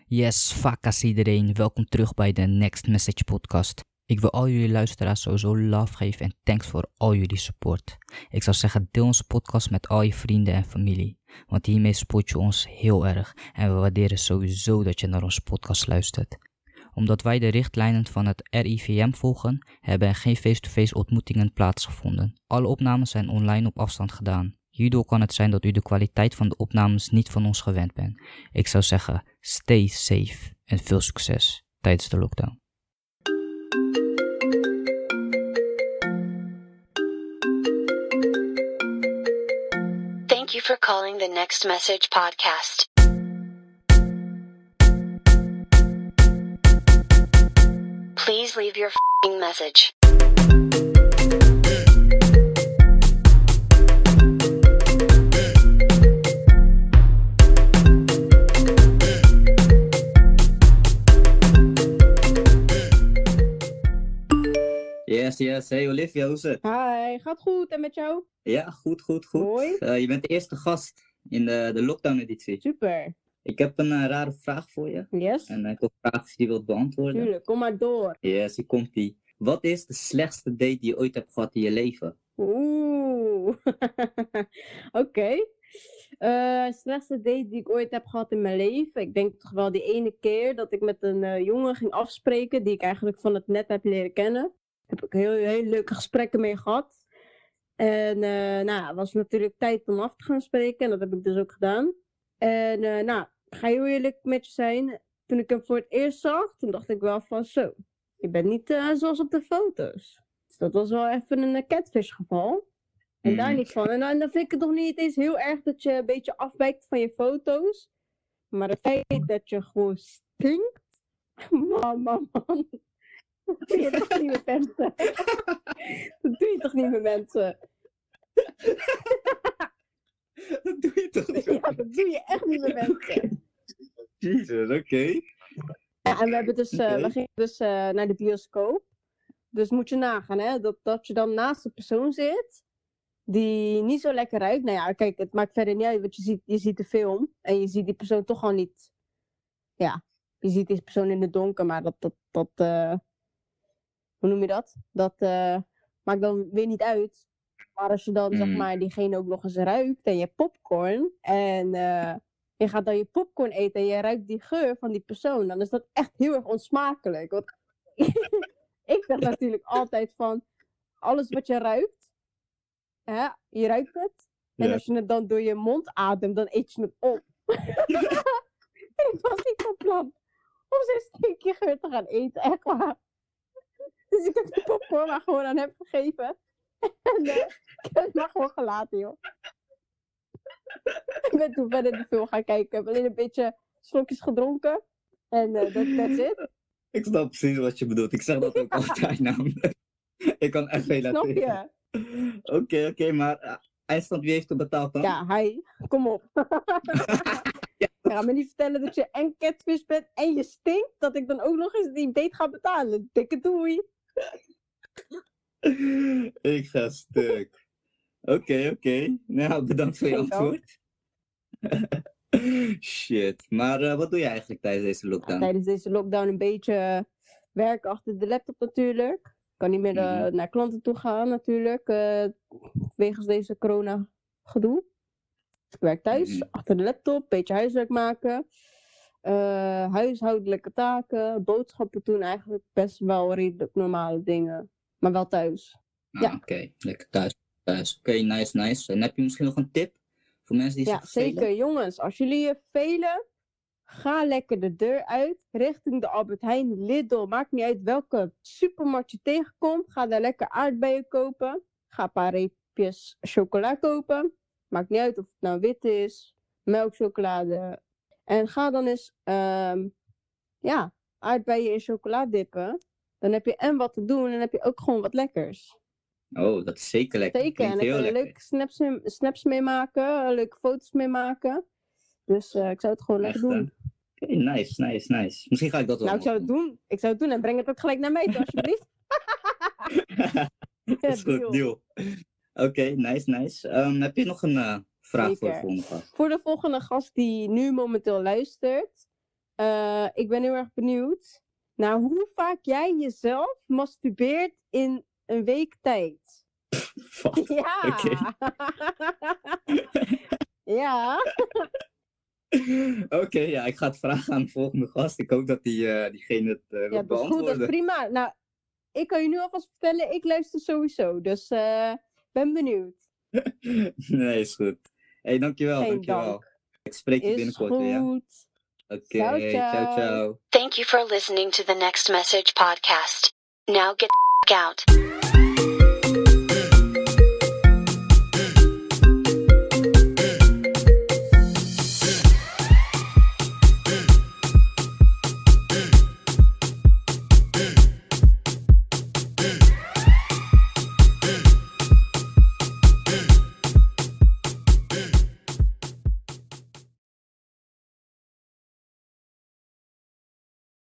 Yes, vakas iedereen. Welkom terug bij de Next Message podcast. Ik wil al jullie luisteraars sowieso love geven en thanks voor al jullie support. Ik zou zeggen, deel onze podcast met al je vrienden en familie. Want hiermee support je ons heel erg en we waarderen sowieso dat je naar onze podcast luistert. Omdat wij de richtlijnen van het RIVM volgen, hebben er geen face-to-face ontmoetingen plaatsgevonden. Alle opnames zijn online op afstand gedaan. Hierdoor kan het zijn dat u de kwaliteit van de opnames niet van ons gewend bent. Ik zou zeggen, stay safe en veel succes tijdens de lockdown. Thank you for calling the Next Message podcast. Please leave your f***ing message. Yes. Hey Olivia, hoe is het? Hi, gaat goed en met jou? Ja, goed. Mooi. Je bent de eerste gast in de lockdown-editie. Super. Ik heb een rare vraag voor je. Yes. En ik wil vragen of je die wilt beantwoorden. Tuurlijk, kom maar door. Yes, hier komt die. Wat is de slechtste date die je ooit hebt gehad in je leven? Oeh. Oké. Slechtste date die ik ooit heb gehad in mijn leven. Ik denk toch wel die ene keer dat ik met een jongen ging afspreken. Die ik eigenlijk van het net heb leren kennen. Heb ik heel leuke gesprekken mee gehad. En het was natuurlijk tijd om af te gaan spreken. En dat heb ik dus ook gedaan. En ik ga heel eerlijk met je zijn. Toen ik hem voor het eerst zag, toen dacht ik wel van zo. Je bent niet zoals op de foto's. Dus dat was wel even een catfish geval. En daar niet van. En dan vind ik het nog niet eens heel erg dat je een beetje afwijkt van je foto's. Maar het feit dat je gewoon stinkt. Man. Dat doe je toch niet met mensen. Dat doe je toch niet met mensen. Dat doe je toch niet? Ja, dat doe je echt niet met mensen. Jezus, oké. Ja, en we Oké. gingen dus naar de bioscoop. Dus moet je nagaan, hè, dat je dan naast een persoon zit die niet zo lekker ruikt. Nou ja, kijk, het maakt verder niet uit, want je ziet de film en je ziet die persoon toch al niet. Ja, je ziet die persoon in het donker, maar hoe noem je dat? Dat maakt dan weer niet uit. Maar als je dan, zeg maar, diegene ook nog eens ruikt en je hebt popcorn en je gaat dan je popcorn eten en je ruikt die geur van die persoon, dan is dat echt heel erg onsmakelijk. Want ik zeg natuurlijk altijd van, alles wat je ruikt, hè, je ruikt het. En Ja. als je het dan door je mond ademt, dan eet je het op. Ik was niet van plan om zo'n stukje geur te gaan eten, echt waar. Dus ik heb de popcorn maar gewoon aan hem gegeven. En ik heb het maar gewoon gelaten, joh. Ik ben toen verder de film gaan kijken. Ik heb alleen een beetje slokjes gedronken. En that's it. Ik snap precies wat je bedoelt. Ik zeg dat ook altijd namelijk. Ik kan echt Snap relateren. je? Oké, maar eindstand, wie heeft er betaald dan? Ja, hij. Kom op. Ga me niet vertellen dat je en catfish bent en je stinkt. Dat ik dan ook nog eens die date ga betalen. Dikke doei. Ik ga stuk. Oké. Nou, bedankt voor je Geen dank. antwoord. Shit. Maar wat doe je eigenlijk tijdens deze lockdown? Tijdens deze lockdown een beetje werken achter de laptop natuurlijk. Ik kan niet meer naar klanten toe gaan natuurlijk. Wegens deze corona gedoe. Dus ik werk thuis, achter de laptop, een beetje huiswerk maken. Huishoudelijke taken, boodschappen doen, eigenlijk best wel redelijk normale dingen. Maar wel thuis. Ja. Oké, lekker thuis. Oké, nice. En heb je misschien nog een tip voor mensen die Ja, zich vervelen? zeker. Jongens, als jullie je vervelen, ga lekker de deur uit, richting de Albert Heijn, Lidl. Maakt niet uit welke supermarkt je tegenkomt. Ga daar lekker aardbeien kopen. Ga een paar reepjes chocola kopen. Maakt niet uit of het nou wit is, melkchocolade. En ga dan eens aardbeien in chocola dippen. Dan heb je en wat te doen en heb je ook gewoon wat lekkers. Oh, dat is zeker lekker. Zeker, en Klinkt dan heel kun je lekker. leuke snaps mee maken, leuke foto's mee maken. Dus ik zou het gewoon lekker Echt, hè? doen. Oké, nice. Misschien ga ik dat wel Nou, ik nog zou het doen. Ik zou het doen en breng het ook gelijk naar mij toe, alsjeblieft. Dat is goed, deal. Oké, nice. Heb je nog een vraag voor de Zeker. volgende gast? Voor de volgende gast die nu momenteel luistert. Ik ben heel erg benieuwd naar hoe vaak jij jezelf masturbeert in een week tijd. Wat? Ja. Oké. Ja. Oké, ja, ik ga het vragen aan de volgende gast. Ik hoop dat diegene het Ja, wil dat is goed, dat is beantwoorden. prima. Nou, ik kan je nu alvast vertellen, ik luister sowieso. Dus ben benieuwd. Nee, is goed. Hey, dankjewel, Geen dankjewel. dank. Ik spreek je Is binnenkort weer, ja? goed. Oké, Ciao, ciao, ciao. ciao. Thank you for listening to the Next Message podcast. Now get the out.